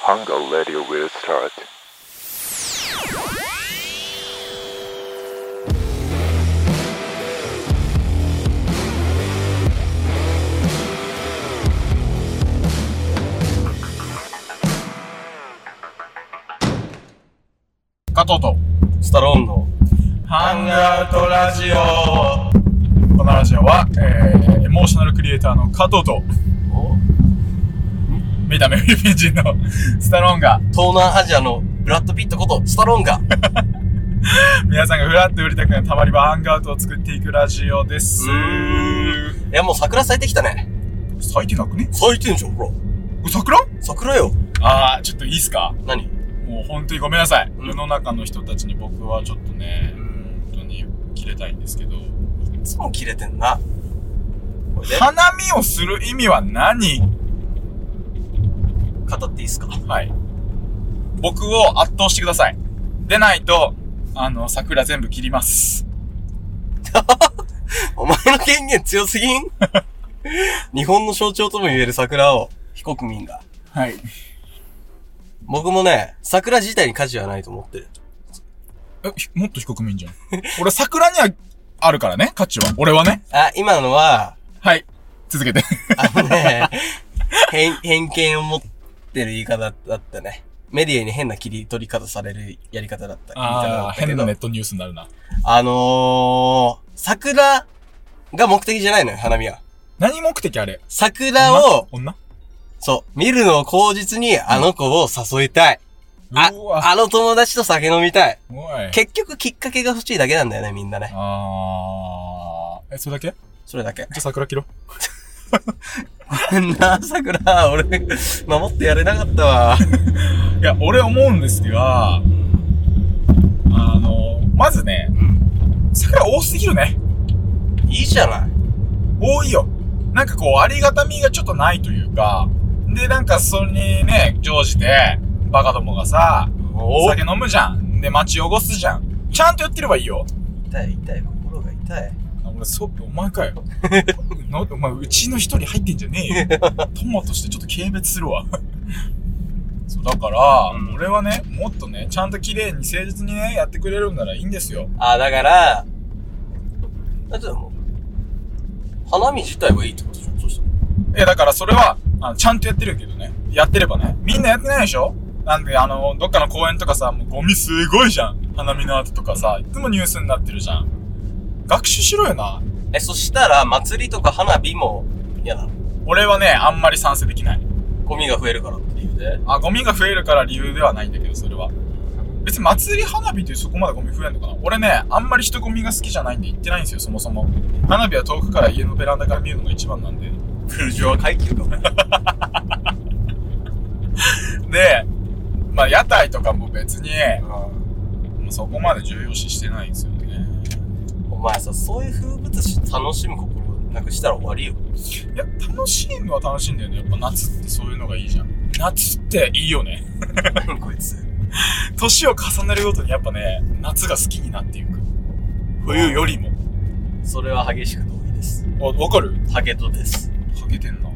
Hunger Radio will start. 加藤とスタローンのハンガートラジオ。このラジオは、エモーショナルクリエイターの加藤と見た目フィリピン人のスタローンが東南アジアのブラッドピットことスタローンが皆さんがフラッと売りたくなるたまり場ハンガートを作っていくラジオです。 いやもう桜咲いてきたね。 咲いてなくね？ 咲いてんじゃん、ほら。桜よ。 ちょっといいっすか？ 何？ もう本当にごめんなさい。世の中の人たちに僕はちょっとね、本当にキレたいんですけど。 いつもキレてんな。 花見をする意味は何？ 語っていいっすか？ はい。僕を圧倒してください。でないと、桜全部切ります。 お前の権限強すぎん？日本の象徴とも言える桜を非国民が。 はい。 僕もね、桜自体に価値はないと思ってる。 もっと非国民じゃん。俺桜にはあるからね、価値は。俺はね。 今のは、 はい。続けて。 偏見を持ってる言い方だったね。メディアに変な切り取り方されるやり方だった。 変なネットニュースになるな。 桜が目的じゃないのよ、花見は。 何目的あれ？ 桜を、 女？ そう、見るのを口実にあの子を誘いたい。あの友達と酒飲みたい。結局きっかけが欲しいだけなんだよね、みんなね。 それだけ？ それだけ。 じゃあ桜切ろ。 ごめんな、桜。俺、守ってやれなかったわ。 いや、俺思うんですが、まずね、桜多すぎるね。 いいじゃない。 多いよ。なんかこう、ありがたみがちょっとないというか、で、なんかそれにね、乗じて、バカどもがさ、酒飲むじゃん。で、街汚すじゃん。ちゃんとやってればいいよ。 痛い、心が痛い。 お前かよ。お前、うちの一人入ってんじゃねえよ。友としてちょっと軽蔑するわ。そう、だから、俺はね、もっとね、ちゃんと綺麗に誠実にね、やってくれるんならいいんですよ。 だから、だってもう、花見自体はいいってことじゃん、そしたら。 だからそれは、ちゃんとやってるけどね。やってればね。みんなやってないでしょ？なんで、どっかの公園とかさ、もうゴミすごいじゃん。花見の後とかさ、いつもニュースになってるじゃん。学習しろよな。 そしたら、祭りとか花火も嫌なの？ 俺はね、あんまり賛成できない。 ゴミが増えるからって理由で？ ゴミが増えるから理由ではないんだけど、それは。別に祭り花火ってそこまでゴミ増えんのかな？俺ね、あんまり人ゴミが好きじゃないんで行ってないんですよ、そもそも。花火は遠くから家のベランダから見るのが一番なんで。 空情は階級かも。 で、屋台とかも別に、そこまで重要視してないんですよね。 お前さ、そういう風物詩楽しむ心なくしたら終わりよ。 いや、楽しいのは楽しいんだよね。やっぱ夏ってそういうのがいいじゃん。夏っていいよね。 何こいつ。 年を重ねるごとにやっぱね、夏が好きになっていく。冬よりも。 それは激しく同意です。 わかる？ ハゲとです。 ハゲてんな。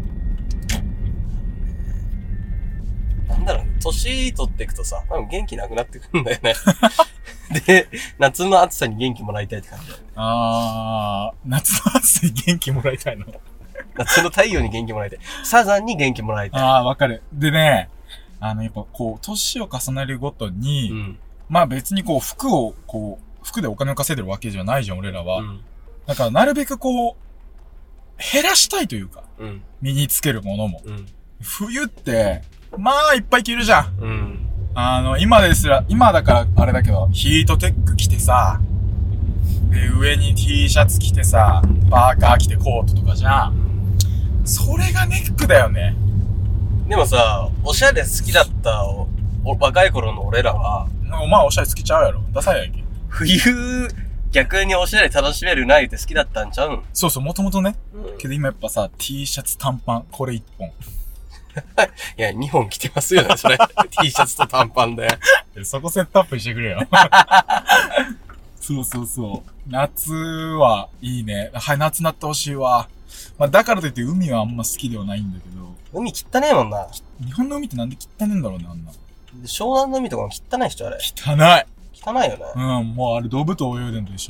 なんだろう、年取っていくとさ、多分元気なくなってくるんだよね。で、夏の暑さに元気もらいたいって感じだよね。 夏の暑さに元気もらいたいの。 夏の太陽に元気もらいたい。サザンに元気もらいたい。 わかる。でね、やっぱこう、年を重ねるごとに、別にこう、服でお金を稼いでるわけじゃないじゃん、俺らは。だから、なるべくこう、減らしたいというか、身につけるものも。冬って、いっぱい着るじゃん。今だからあれだけど、ヒートテック着てさ、で、上に T シャツ着てさ、パーカー着てコートとかじゃん。それがネックだよね。 でもさ、おしゃれ好きだった若い頃の俺らは、 お前おしゃれ好きちゃうやろ。ダサいやんけ。 冬、逆におしゃれ楽しめるないって好きだったんちゃうん？ そうそう、もともとね。けど今やっぱさ、T シャツ短パン、これ1本。 いや、2本着てますよね、それ。T シャツと短パンで。 そこセットアップしてくれよ。そうそうそう。夏はいいね。はい、夏なってほしいわ。だからといって海はあんま好きではないんだけど。 海汚ねえもんな。 日本の海ってなんで汚ねえんだろうね、あんな。 湘南の海とかも汚い人あれ。 汚い。 汚いよね。 うん、もうあれ動物と泳いでんでしょ。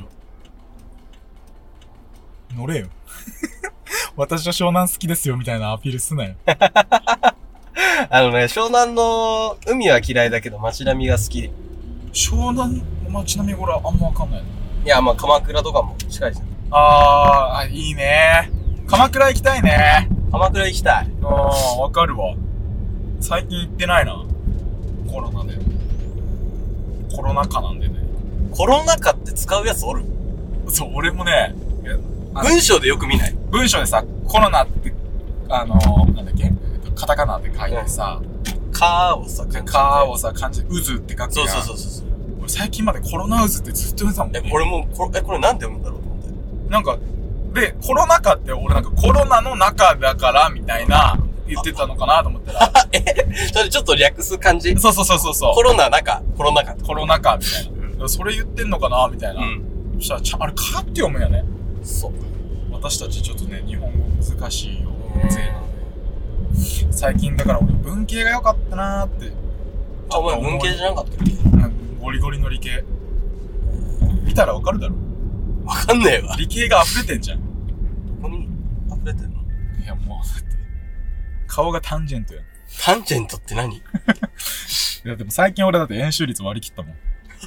乗れよ。私は湘南好きですよ、みたいなアピールすなよ。 湘南の海は嫌いだけど街並みが好き。 湘南の街並みこれあんまわかんないの。 いや、まあ鎌倉とかも近いじゃん。 いいね。鎌倉行きたいね。 鎌倉行きたい。 わかるわ。最近行ってないな。コロナで。コロナ禍なんでね。 コロナ禍って使うやつおる？ そう、俺もね、 文章でよく見ない？ 文章でさ、コロナって、なんだっけ？カタカナで書いてさ、 カーをさ、 漢字で渦って書くやん。 そう。 俺最近までコロナ渦ってずっと言ってたもんね。 俺も、これなんて読むんだろうと思って。 なんか、で、コロナ禍って俺なんかコロナの中だからみたいな言ってたのかなと思ったら。 それちょっと略す感じ？ そう。 コロナ禍みたいな。それ言ってんのかなみたいな。そしたら、あれ、かって読むよね。 そう。 私たちちょっとね、日本語難しいよ。最近だから俺文系が良かったなーって。 お前文系じゃなかったっけ？ ゴリゴリの理系。見たらわかるだろ。 わかんねえわ。 理系が溢れてんじゃん。 ここに溢れてんの？ いやもうだって、顔がタンジェントやん。 タンジェントって何？いやでも最近俺だって円周率割り切ったもん。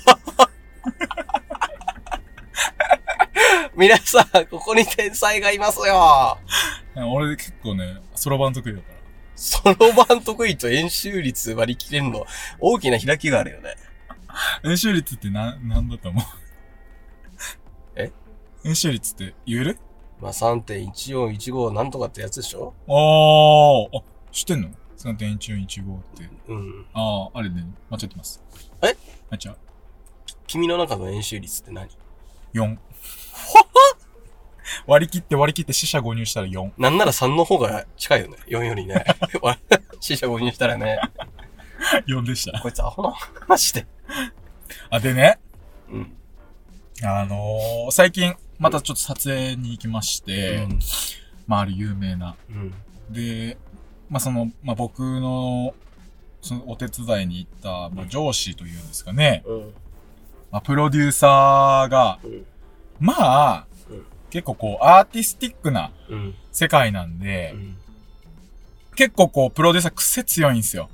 皆さん、ここに天才がいますよ。 俺結構ね、そろばん得意だから。 そろばん得意と円周率割り切れんの、大きな開きがあるよね。 円周率ってなんだと思う？ え？ 円周率って言える？ まあ、3.1415 なんとかってやつでしょ？ 知ってんの？ 3.1415 って。あれね、間違ってます。 君の中の円周率って何？ 4。割り切って四捨五入したら4。 なんなら3の方が近いよね。4よりね。四捨五入したらね。 4でした。 こいつアホな。マジで。 でね。 うん。 最近、またちょっと撮影に行きまして、ある有名な。で、僕の、お手伝いに行った、上司というんですかね。プロデューサーが、結構アーティスティックな世界なんで、結構プロデューサー癖強いんですよ。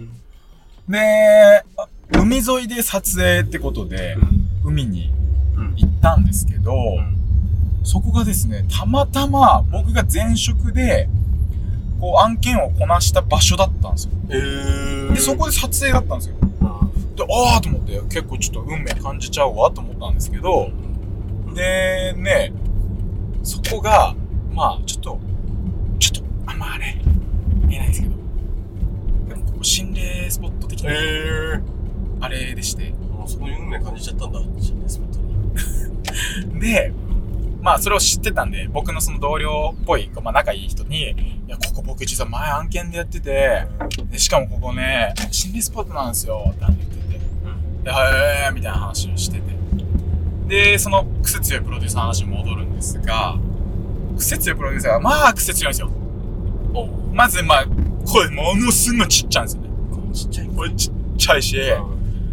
で、海沿いで撮影ってことで、海に行ったんですけど、そこがですね、たまたま僕が前職で、案件をこなした場所だったんですよ。で、そこで撮影だったんですよ。で、と思って、結構ちょっと運命感じちゃうわと思ったんですけど、で、ね、そこが、ちょっと、あれ、言えないですけど、でもここ心霊スポット的な、あれでして。 もうそこに運命感じちゃったんだ、心霊スポットに。 で、それを知ってたんで、僕のその同僚っぽい、仲いい人に、いや、ここ僕実は前案件でやってて、でしかもここね、心霊スポットなんですよ、って言ってて、みたいな話をしてて。で、その癖強いプロデューサーの話に戻るんですが、癖強いプロデューサーが癖強いんですよ。まずこれものすごいちっちゃいんですよね。これちっちゃいし、で、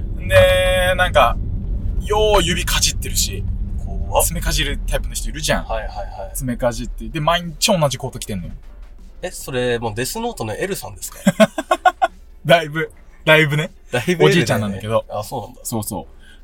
よう指かじってるし、爪かじるタイプの人いるじゃん。爪かじって。で、毎日同じコート着てんのよ。 それ、もうデスノートの L さんですか？ だいぶね。おじいちゃんなんだけど。 そうなんだ。 そう。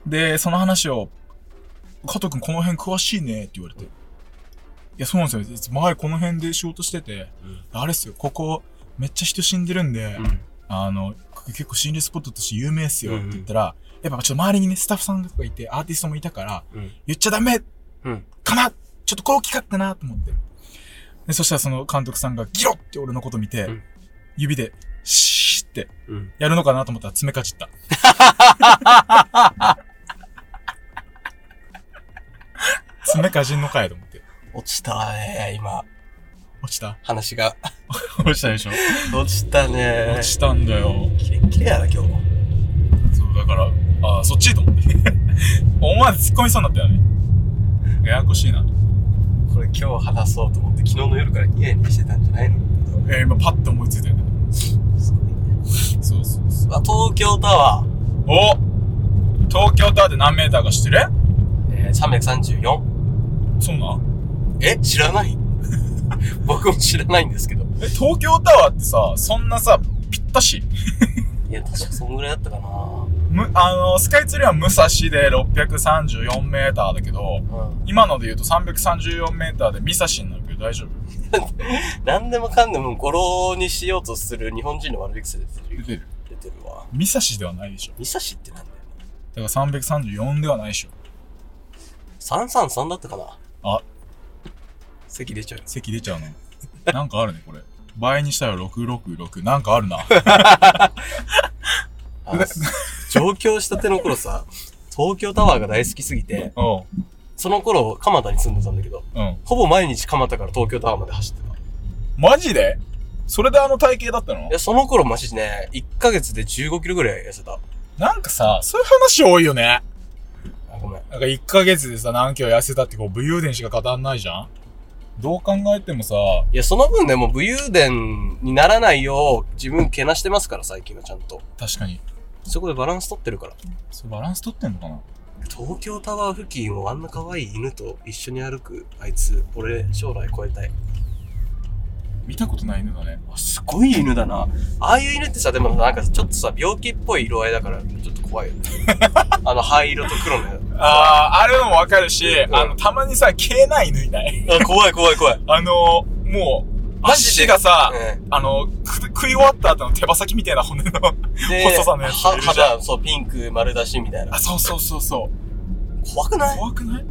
で、その話を、加藤くんこの辺詳しいねって言われて。いや、そうなんですよ。前この辺で仕事してて、あれっすよ、ここめっちゃ人死んでるんで、結構心霊スポットとして有名っすよって言ったら、やっぱちょっと周りにね、スタッフさんとかいて、アーティストもいたから、言っちゃダメかなちょっとこう聞かったなと思って。で、そしたらその監督さんがギロって俺のこと見て、指で、シーって、やるのかなと思ったら爪かじった。爪かじんのかいと思って。 落ちたね、今。 落ちた？ 話が。 落ちたでしょ？ 落ちたね。 落ちたんだよ。 キレッキレやな、今日も。 そう、だから、そっちと思って。思わず突っ込みそうになったよね。ややこしいな。 これ今日話そうと思って昨日の夜からニヤニヤしてたんじゃないの？ 今パッと思いついたよね。すごいね。そう。 東京タワー。 お！東京タワーって何メーターか知ってる ？334。 そうなん？ 知らない僕も知らないんですけど。 東京タワーってさ、そんなさ、ぴったしいや、確かそんぐらいだったかな。 スカイツリーは武蔵で634メーターだけど、今ので言うと334メーターで武蔵になるけど大丈夫？ 何でもかんでも語呂にしようとする日本人の悪い癖出てるわ。 武蔵ではないでしょ。 武蔵ってなんだよ。 だから334ではないでしょ。 333だったかな。 あ、 席出ちゃうの。なんかあるね、これ。倍にしたら666。なんかあるな。 上京したての頃さ、東京タワーが大好きすぎて、その頃、蒲田に住んでたんだけど、ほぼ毎日蒲田から東京タワーまで走ってた。 マジで？それで体型だったの？ いや、その頃マジね、1ヶ月で15キロぐらい痩せた。 なんかさ、そういう話多いよね。 ごめん。 なんか1ヶ月でさ、何キロ痩せたって武勇伝しか語んないじゃん？どう考えてもさ。 いや、その分でも武勇伝にならないよう、自分けなしてますから、最近はちゃんと。 確かに。 そこでバランス取ってるから。 バランス取ってんのかな？ 東京タワー付近をあんな可愛い犬と一緒に歩く、あいつ、俺、将来超えたい。 見たことない犬だね。 すごい犬だな。ああいう犬ってさ、でもなんかちょっとさ、病気っぽい色合いだから、ちょっと怖いよね。灰色と黒のやつ。 あれのもわかるし、たまにさ、毛ない犬いない？ 怖い。もう、足がさ、食い終わった後の手羽先みたいな骨の細さのやついるじゃん。 そう、ピンク丸出しみたいな。 そう。 怖くない？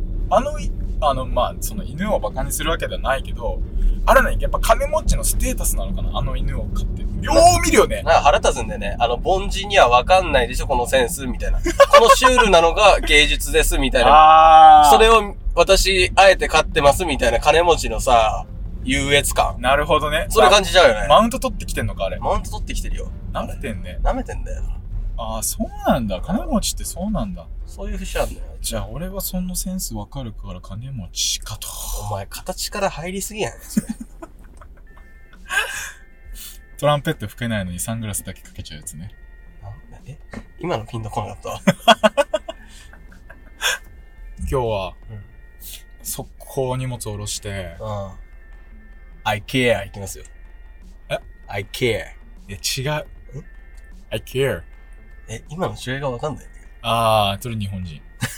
その犬をバカにするわけではないけど、あれね、やっぱ金持ちのステータスなのかな、犬を飼って。よう見るよね。 なんか腹立つんだよね。凡人にはわかんないでしょ、このセンス、みたいな。このシュールなのが芸術です、みたいな。それを私、あえて飼ってます、みたいな金持ちのさ、優越感。 なるほどね。 それ感じちゃうよね。 マウント取ってきてんのか、あれ。 マウント取ってきてるよ。 舐めてんね。 舐めてんだよ。 そうなんだ。金持ちってそうなんだ。 そういう節あんだよ。 じゃあ、俺はそのセンスわかるから金持ちかと。 お前、形から入りすぎやねん、それ。 トランペット吹けないのにサングラスだけかけちゃうやつね。 今のピンとこなかったわ。 今日は、速攻荷物下ろして、 I care いきますよ。I care。 違う。I care。 今の違いがわかんないんだけど。 それ日本人。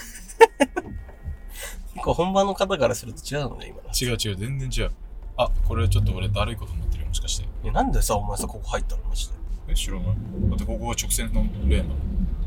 結構本場の方からすると違うのね、今の。 違う、全然違う。これちょっと俺だるいこと思ってるよ、もしかして。 なんでさ、お前さ、ここ入ったのマジで。 知らない。だってここが直線のレーンだも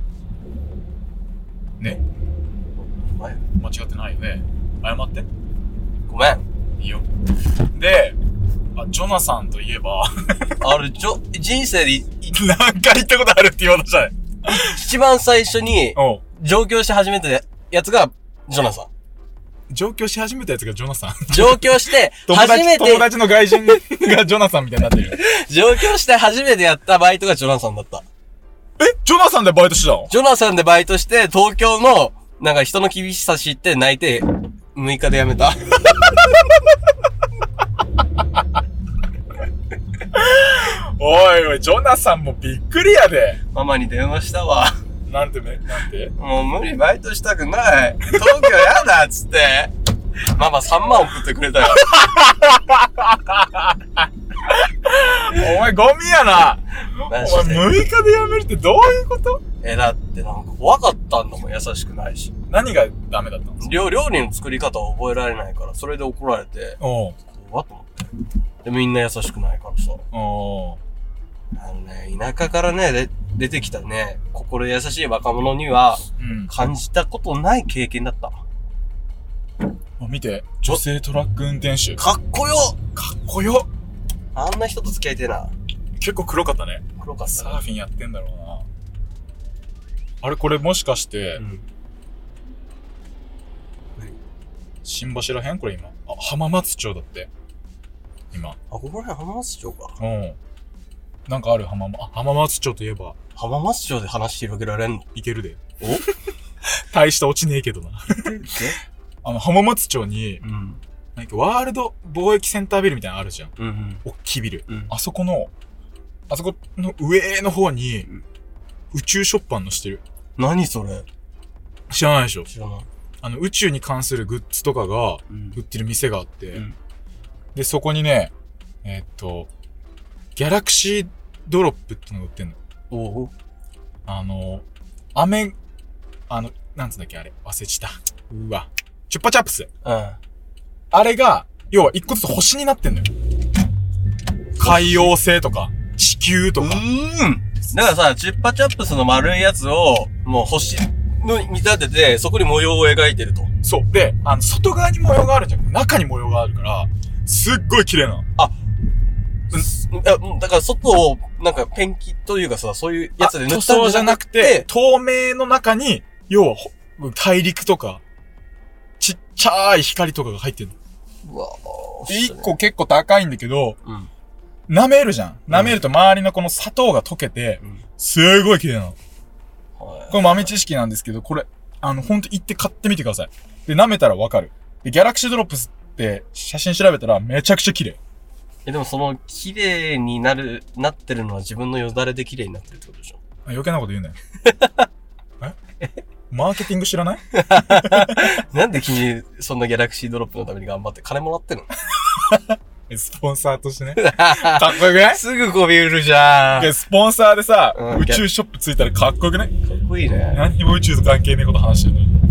ん。ね。間違ってないよね。謝って。 ごめん。 いいよ。で、ジョナサンといえば。 人生で何回言ったことあるって言われたじゃない。 一番最初に、上京し始めたやつが、ジョナサン。 上京し始めたやつがジョナサン。 上京して、初めて。 友達の外人がジョナサンみたいになってる。 上京して初めてやったバイトがジョナサンだった。 ジョナサンでバイトしてたの？ ジョナサンでバイトして、東京の、なんか人の厳しさ知って泣いて、6日で辞めた。 おい、ジョナサンもびっくりやで。 ママに電話したわ。 なんて？ もう無理、バイトしたくない。東京やだっつって。ママ3万送ってくれたよ。 お前ゴミやな。お前6日で辞めるってどういうこと？ だってなんか怖かったんだもん、優しくないし。 何がダメだったんですか？料理の作り方を覚えられないから、それで怒られて。怖っと思って。で、みんな優しくないからさ。田舎からね、出てきたね、心優しい若者には、感じたことない経験だった。 見て、女性トラック運転手。 かっこよ！あんな人と付き合いてえな。 結構黒かったね。 黒かった。 サーフィンやってんだろうな。あれ、これもしかして、新橋らへんこれ今。浜松町だって。今。 ここら辺浜松町か。 なんかある浜松町といえば。 浜松町で話広げられんの？ いけるで。大した落ちねえけどな。浜松町に、 ワールド貿易センタービルみたいなのあるじゃん。 うんうん。 おっきいビル。 うん。 あそこの上の方に、宇宙ショップあんのしてる。 何それ？ 知らないでしょ？ 知らない。 宇宙に関するグッズとかが、売ってる店があって、で、そこにね、ギャラクシードロップってのが売ってんの。 おう。 なんつうんだっけあれ。忘れちゃった。うわ。チュッパチャップス。 うん。 あれが、要は一個ずつ星になってんのよ。海洋星とか、地球とか。 だからさ、チュッパチャップスの丸いやつを、もう星の見立てて、そこに模様を描いてると。 そう。で、外側に模様があるじゃん。中に模様があるから、すっごい綺麗なの。 だから外を、なんかペンキというかさ、そういうやつで塗ったんじゃなくて、透明の中に、要は、大陸とか、ちっちゃい光とかが入ってるの。 うわぁ。一個結構高いんだけど、舐めるじゃん。舐めると周りのこの砂糖が溶けて、すごい綺麗なの。これ豆知識なんですけど、これ、ほんと行って買ってみてください。で、舐めたらわかる。で、ギャラクシードロップスって写真調べたらめちゃくちゃ綺麗。 でもその、綺麗になってるのは自分のよだれで綺麗になってるってことでしょ？ 余計なこと言うなよ。マーケティング知らない？ なんで君、そんなギャラクシードロップのために頑張って金もらってんの？ スポンサーとしてね。かっこよくない？ すぐこび売るじゃん。 スポンサーでさ、宇宙ショップついたらかっこよくない？ かっこいいね。 何にも宇宙と関係ねえこと話してるの。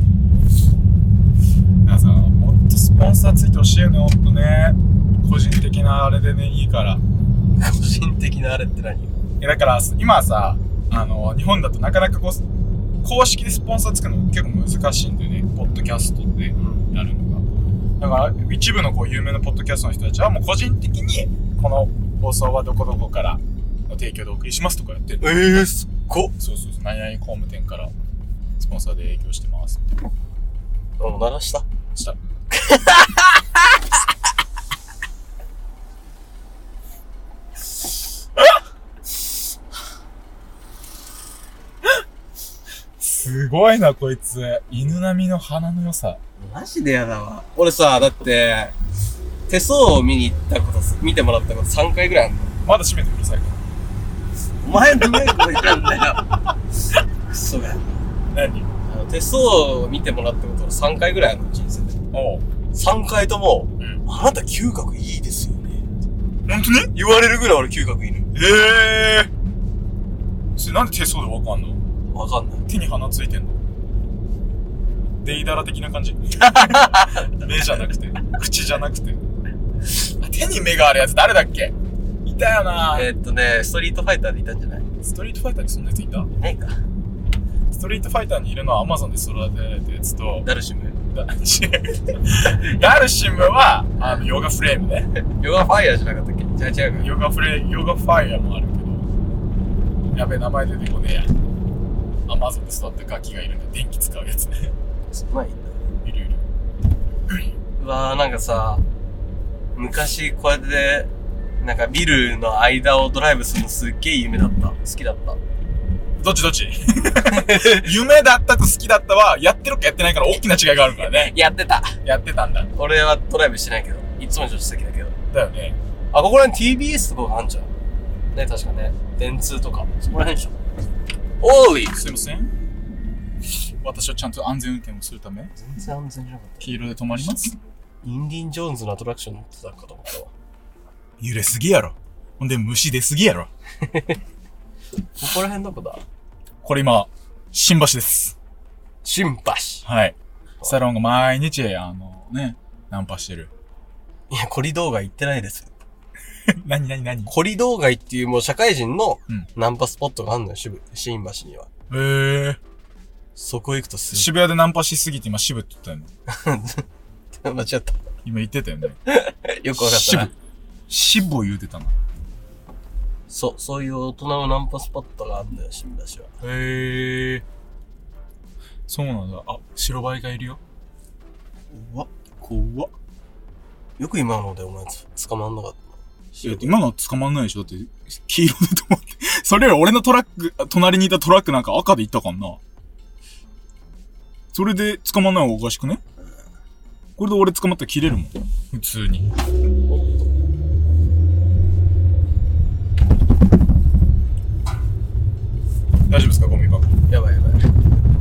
皆さん、もっとスポンサーついてほしいよね、ほんとね。個人的なあれでね、いいから。 個人的なあれって何？ だから、今さ、日本だとなかなか公式でスポンサーつくの結構難しいんだよね。ポッドキャストでやるのが。だから、一部の有名なポッドキャストの人たちはもう個人的に、この放送はどこどこからの提供でお送りしますとかやってる。 すっごっ。 そう。何々工務店からスポンサーで営業してます。 もう鳴らした。 すごいな、こいつ。犬並みの鼻の良さ。 マジでやだわ。俺さ、だって、手相を見てもらったこと3回ぐらいあるの。 まだ閉めてください。 お前の目こいてんだよ。クソが。 何？ 手相を見てもらったこと3回ぐらいあるの、人生で。3回とも、あなた嗅覚いいですよね。 ほんとに？ 言われるぐらい俺嗅覚いいの。 それなんで手相でわかんの？ わかんない。 手に鼻ついてんの？デイダラ的な感じ？目じゃなくて、口じゃなくて。手に目があるやつ誰だっけ？いたよな。 ストリートファイターでいたんじゃない？ ストリートファイターにそんなやついた？ ないか。 ストリートファイターにいるのは Amazon で育てられたやつと、 ダルシムダルシムは、ヨガフレームね。 ヨガファイヤーじゃなかったっけ？違うか。 ヨガファイヤーもあるけど、やべえ、名前出てこねえや。Amazon で育ったガキがいるんで、電気使うやつね。 そんなんいいんだ。 いる。 うわー、なんかさ、昔こうやって、なんかビルの間をドライブするのすっげえ夢だった。好きだった。 どっち夢だったと好きだったは、やってるかやってないから大きな違いがあるからね。 やってたんだ。俺はドライブしてないけど、いつも助手席だけど。 だよね。 ここら辺 TBS とかあんじゃん。ね、確かね。電通とか。そこら辺でしょ。おーい！ すいません。私はちゃんと安全運転をするため。 全然安全じゃなかった。 黄色で止まります。 インディン・ジョーンズのアトラクション乗ってたかと思ったわ。 揺れすぎやろ。ほんで虫出すぎやろ。 ここら辺どこだ？ これ今、新橋です。 新橋。 はい。サロンが毎日、ナンパしてる。 いや、コリドー街行ってないです。 何コリドー街っていうもう社会人のナンパスポットがあるのよ、新橋には。そこ行くとすぐ。 渋谷でナンパしすぎて今渋って言ったよね。 間違った。 今言ってたよね。 よくわかったな。 渋言うてたな。 そういう大人のナンパスポットがあるんだよ、新橋は。 そうなんだ。白バイがいるよ。 怖っ。よく今のでお前捕まんなかったな。 今のは捕まんないでしょ。だって、黄色で止まって。それより俺のトラック、隣にいたトラックなんか赤で行ったかんな。それで捕まんない方がおかしくね？ これで俺捕まったら切れるもん。普通に。大丈夫ですかゴミ箱。 やばい。大丈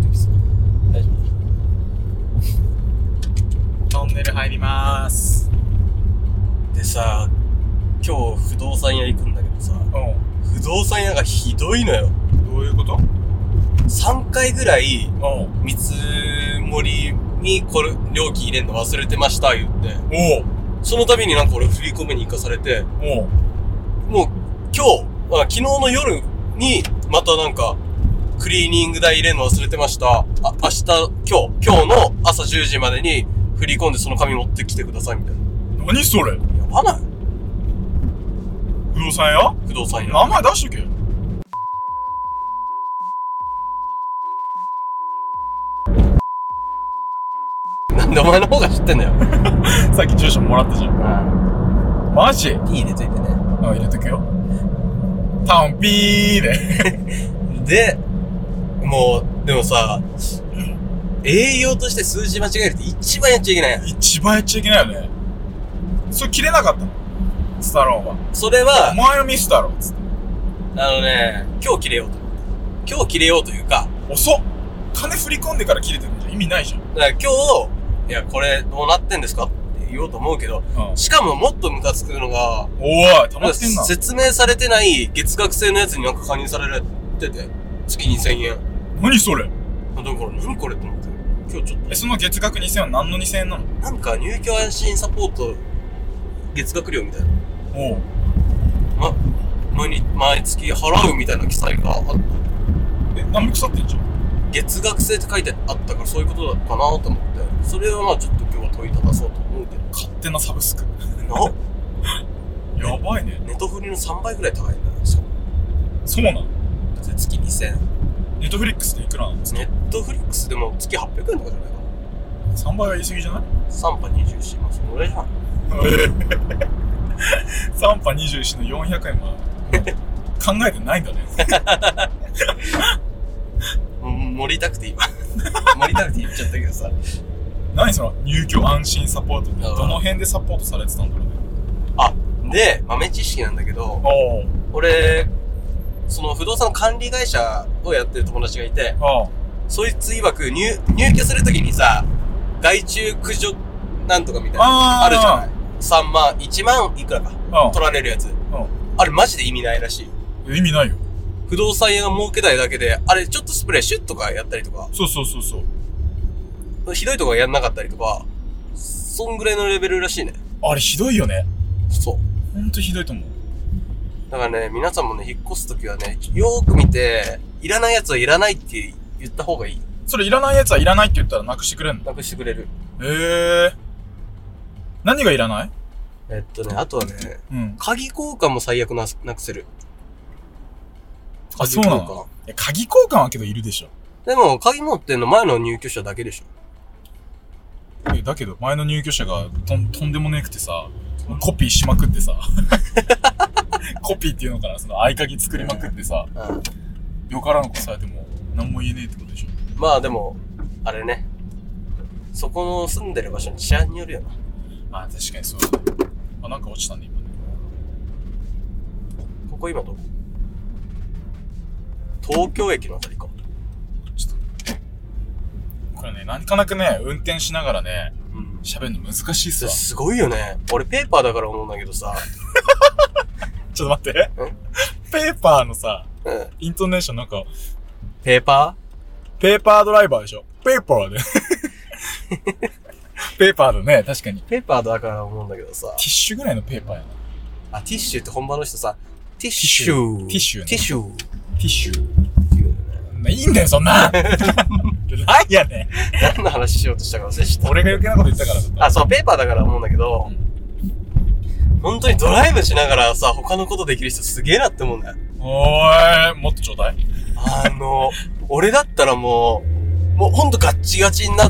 夫。トンネル入りまーす。 でさ、今日不動産屋行くんだけどさ、不動産屋がひどいのよ。 どういうこと？ 3 回ぐらい、見積もりにこれ料金入れんの忘れてました言って。その度になんか俺振り込みに行かされて、もう昨日の夜にまたなんかクリーニング代入れんの忘れてました。今日の朝10時までに振り込んでその紙持ってきてくださいみたいな。 何それ？やばない？ 不動産屋？ 不動産屋。 名前出しとけよ。 なんでお前の方が知ってんだよ。 さっき住所もらったじゃん。マジ？ P 入れといてね。 入れとくよ。タウンピーで。 で、でもさ、営業として数字間違えるって一番やっちゃいけないやん。 一番やっちゃいけないよね。それ切れなかったの？スタローンは。 それは、 お前のミスだろ、つって。 今日切れようと。今日切れようというか。 遅っ！金振り込んでから切れてるんじゃん。意味ないじゃん。 だから今日、いや、これどうなってんですかって言おうと思うけど、しかももっとムカつくのが、 溜まってんな。 説明されてない月額制のやつになんか加入されてて、月2000円。 何それ？ だから何これって思って。今日ちょっと。 その月額2000円は何の2000円なの？ なんか入居安心サポート月額料みたいな。毎月払うみたいな記載があった。 何も腐ってんじゃん。 月額制って書いてあったからそういうことだったかなと思って、それはちょっと今日は問いただそうと思うけど。 勝手なサブスク。やばいね。 ネトフリの3倍ぐらい高いんだよ。 そうなの？ だって月2000。 ネットフリックスでいくらなんですか？ ネットフリックスでも月800円とかじゃないかな。3倍は言い過ぎじゃない？ 3波24。そのぐらいじゃん。 3波24の400円は考えてないんだね。 盛りたくて今。盛りたくて言っちゃったけどさ。 何その入居安心サポートってどの辺でサポートされてたんだろうね。 で、豆知識なんだけど、俺、その不動産の管理会社をやってる友達がいて、そいつ曰く入居するときにさ、外注駆除なんとかみたいな、あるじゃない。3万、1万いくらか、取られるやつ。あれマジで意味ないらしい。 意味ないよ。 不動産屋が儲けたいだけで、あれちょっとスプレーシュッとかやったりとか。 そう。 ひどいとこやんなかったりとか、そんぐらいのレベルらしいね。 あれひどいよね。 そう。 ほんとひどいと思う。 だからね、皆さんもね、引っ越すときはね、よーく見て、いらないやつはいらないって言った方がいい。 それいらないやつはいらないって言ったらなくしてくれんの？なくしてくれる。 何がいらない？ あとはね、鍵交換も最悪なくせる。 そうなの？鍵交換はけどいるでしょ。 でも、鍵持ってんの前の入居者だけでしょ。だけど、前の入居者がとんでもねえくてさ、コピーしまくってさ、コピーっていうのかな、その合鍵作りまくってさ、よからんこされても何も言えねえってことでしょ。 まあでも、あれね、そこの住んでる場所に治安によるよな。 確かにそうだね。なんか落ちたね、今ね。 ここ今どこ？東京駅のあたりか。 ちょっと。これね、なかなかね、運転しながらね、喋るの難しいっすわ。 すごいよね。俺ペーパーだから思うんだけどさ。 ちょっと待って。ペーパーのさ、イントネーションなんか、 ペーパードライバーでしょ。ペーパーで。ペーパーだね、確かに。 ペーパーだから思うんだけどさ。 ティッシュぐらいのペーパーやな。 ティッシュって本場の人さ、ティッシュ。 ティッシュ。 ティッシュ。 ティッシュ。っていうね。いいんだよ、そんな。なんやねん。 何の話しようとしたか忘れちゃった。 俺が余計なこと言ったからだった。 そう、ペーパーだから思うんだけど、本当にドライブしながらさ、他のことできる人すげえなって思うんだよ。 もっとちょうだい。 俺だったらもうほんとガッチガチになって、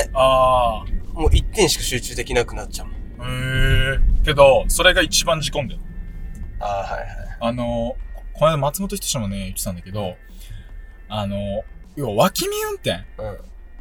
もう一点しか集中できなくなっちゃうもん。 けど、それが一番事故んだよ。 はいはい。 この間松本人志もね、言ってたんだけど、要は脇見運転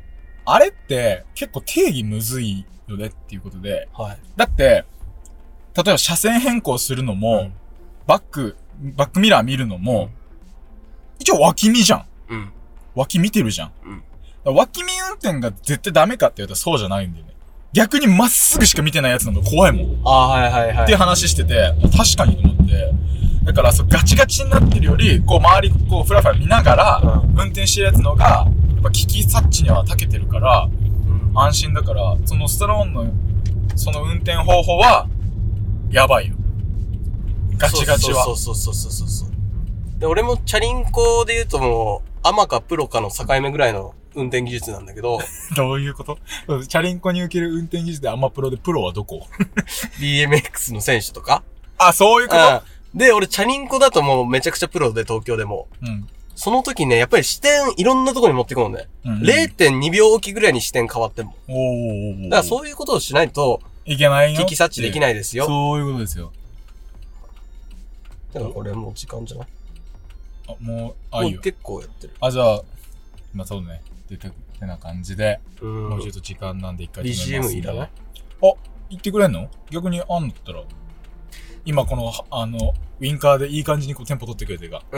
あれって結構定義むずいよねっていうことで。 はい。 だって、例えば車線変更するのも、バックミラー見るのも、一応脇見じゃん。脇見てるじゃん。脇見運転が絶対ダメかって言うとそうじゃないんだよね。逆にまっすぐしか見てないやつの方が怖いもん。っていう話してて、確かにと思って。だからガチガチになってるより、こう周りこうフラフラ見ながら、運転してるやつのが、やっぱ危機察知には長けてるから、安心だから、そのスタローンの、その運転方法は、やばいよ。ガチガチは。 そう。で、俺もチャリンコで言うともう、アマかプロかの境目ぐらいの運転技術なんだけど。 どういうこと？チャリンコに受ける運転技術でアマプロでプロはどこ？ BMX の選手とか？ あ、そういうこと？ で、俺チャリンコだともうめちゃくちゃプロで東京でも。その時ね、やっぱり視点いろんなとこに持ってこうね。0.2 秒おきぐらいに視点変わっても。だからそういうことをしないと、 いけないよ。 危機察知できないですよ。 そういうことですよ。 だからこれもう時間じゃない？ もういいよ。結構やってる。 じゃあ、そうね。ってな感じで、もうちょっと時間なんで一回止めます、ね。 BGM いらない？ 言ってくれんの？逆にあんのったら。今この、ウィンカーでいい感じにこうテンポ取ってくれてるが。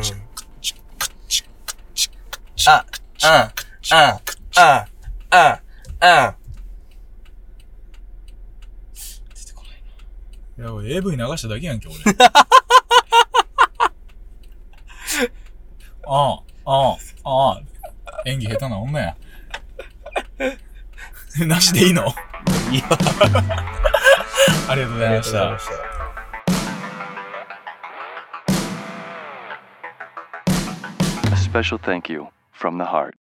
出てこないな。いや、俺 AV 流しただけやんけ、俺。演技下手な女や。なしでいいの？ いや。 ありがとうございました。 A special thank you from the heart.